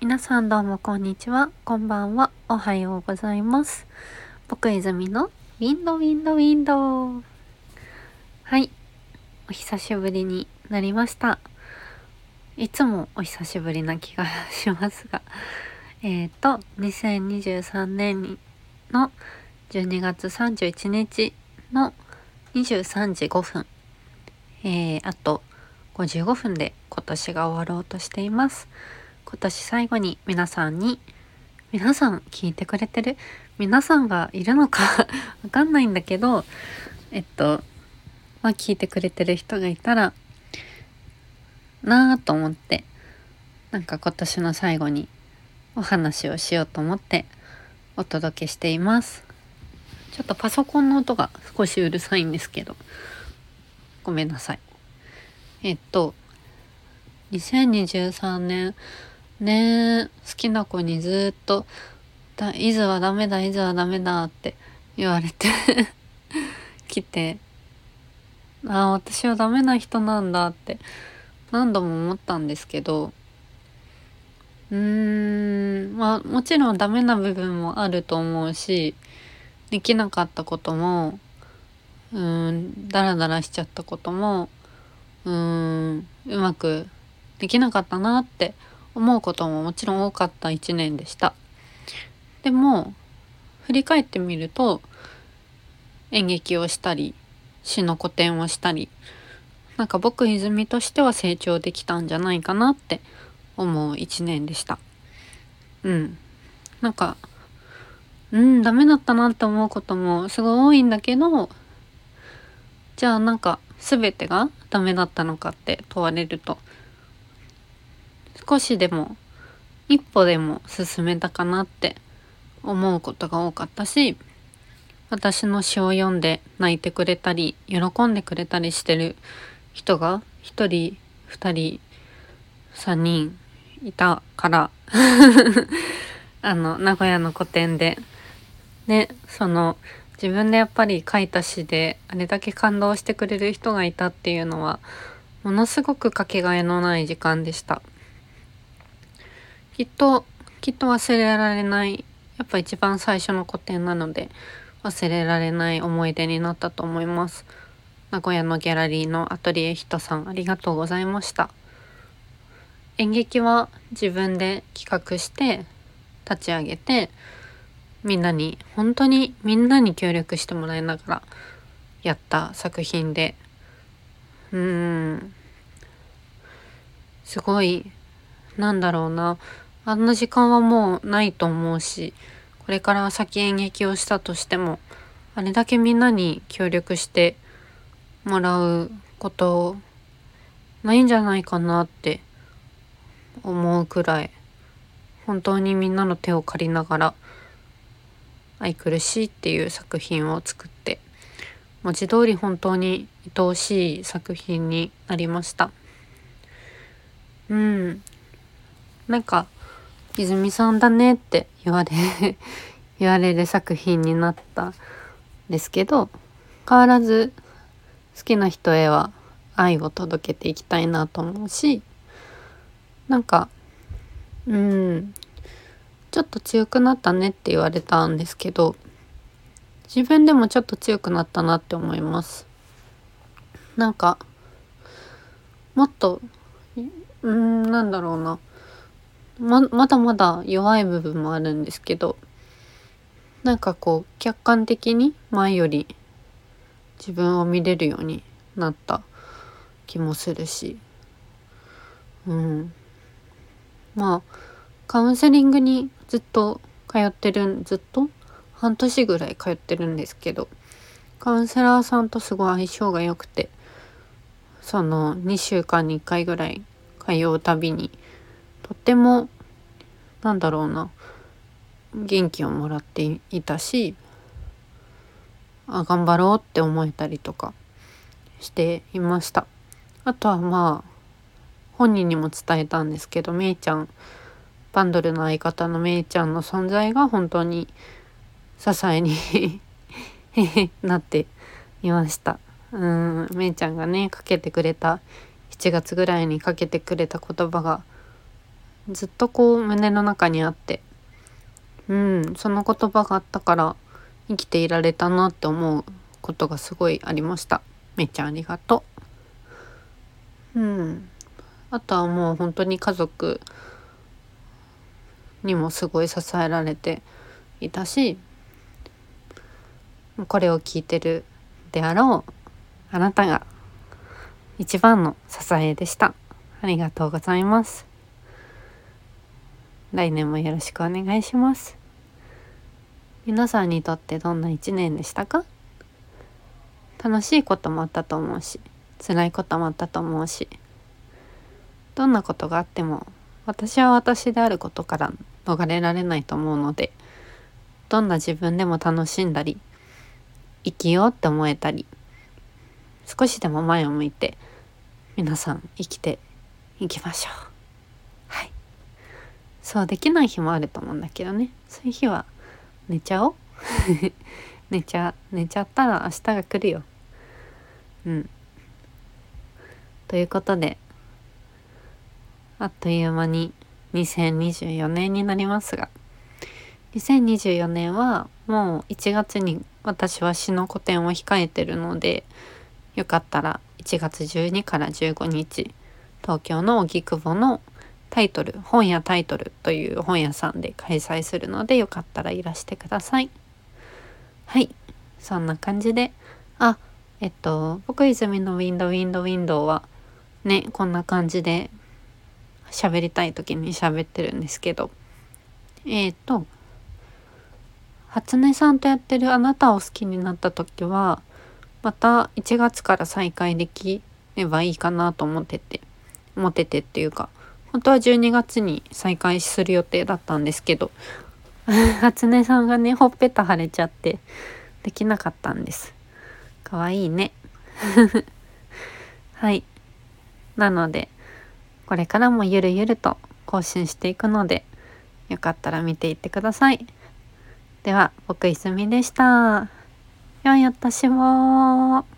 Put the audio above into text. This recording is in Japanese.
皆さんどうもこんにちは、こんばんは、おはようございます。僕泉のウィンドウィンドウィンドウ。はい、お久しぶりになりました。いつもお久しぶりな気がしますが、2023年の12月31日の23時5分、あと55分で今年が終わろうとしています。今年最後に皆さん聞いてくれてる皆さんがいるのかわかんないんだけど、聞いてくれてる人がいたらなぁと思って、なんか今年の最後にお話をしようと思ってお届けしています。ちょっとパソコンの音が少しうるさいんですけど、ごめんなさい。2023年ね、好きな子にずっとイズはダメだ、イズはダメだって言われてきて、私はダメな人なんだって何度も思ったんですけど、もちろんダメな部分もあると思うし、できなかったことも、ダラダラしちゃったことも、うまくできなかったなって思うことももちろん多かった一年でした。でも振り返ってみると、演劇をしたり詩の個展をしたり、なんか僕泉としては成長できたんじゃないかなって思う一年でした。なんかダメだったなって思うこともすごい多いんだけど、じゃあなんか全てがダメだったのかって問われると、少しでも一歩でも進めたかなって思うことが多かったし、私の詩を読んで泣いてくれたり喜んでくれたりしてる人が一人二人三人いたから名古屋の個展でね、自分でやっぱり書いた詩であれだけ感動してくれる人がいたっていうのはものすごくかけがえのない時間でした。きっと忘れられない、やっぱ一番最初の個展なので忘れられない思い出になったと思います。名古屋のギャラリーのアトリエヒトさん、ありがとうございました。演劇は自分で企画して立ち上げて、本当にみんなに協力してもらいながらやった作品で、すごい、なんだろうな、あんな時間はもうないと思うし、これから先演劇をしたとしてもあれだけみんなに協力してもらうことないんじゃないかなって思うくらい、本当にみんなの手を借りながら愛くるしいっていう作品を作って、文字通り本当に愛おしい作品になりました。なんか泉さんだねって言われる作品になったんですけど、変わらず好きな人へは愛を届けていきたいなと思うし、なんかちょっと強くなったねって言われたんですけど、自分でもちょっと強くなったなって思います。なんかもっとなんだろうな、まだまだ弱い部分もあるんですけど、なんかこう客観的に前より自分を見れるようになった気もするし、カウンセリングにずっと半年ぐらい通ってるんですけど、カウンセラーさんとすごい相性が良くて、2週間に1回ぐらい通うたびにとっても元気をもらっていたし、頑張ろうって思えたりとかしていました。あとは本人にも伝えたんですけど、バンドルの相方のめいちゃんの存在が本当に支えになっていました。めいちゃんがね、7月ぐらいにかけてくれた言葉がずっとこう胸の中にあって、その言葉があったから生きていられたなって思うことがすごいありました。めっちゃありがとう。あとはもう本当に家族にもすごい支えられていたし、これを聞いてるであろうあなたが一番の支えでした。ありがとうございます。来年もよろしくお願いします。皆さんにとってどんな一年でしたか？楽しいこともあったと思うし、辛いこともあったと思うし、どんなことがあっても私は私であることから逃れられないと思うので、どんな自分でも楽しんだり生きようって思えたり、少しでも前を向いて皆さん生きていきましょう。はい。そうできない日もあると思うんだけどね、そういう日は寝ちゃおう寝ちゃったら明日が来るよ。ということで、あっという間に2024年になりますが、2024年はもう1月に私は詩の個展を控えてるので、よかったら1月12から15日東京の荻窪の本屋タイトルという本屋さんで開催するので、よかったらいらしてください。はい、そんな感じで、僕泉のウィンドウはね、こんな感じで喋りたい時に喋ってるんですけど、初音さんとやってるあなたを好きになった時はまた1月から再開できればいいかなと思っててっていうか、本当は12月に再開する予定だったんですけど初音さんがねほっぺた腫れちゃってできなかったんです。かわいいねはい、なのでこれからもゆるゆると更新していくので、よかったら見ていってください。では僕いすみでした。良いお年を。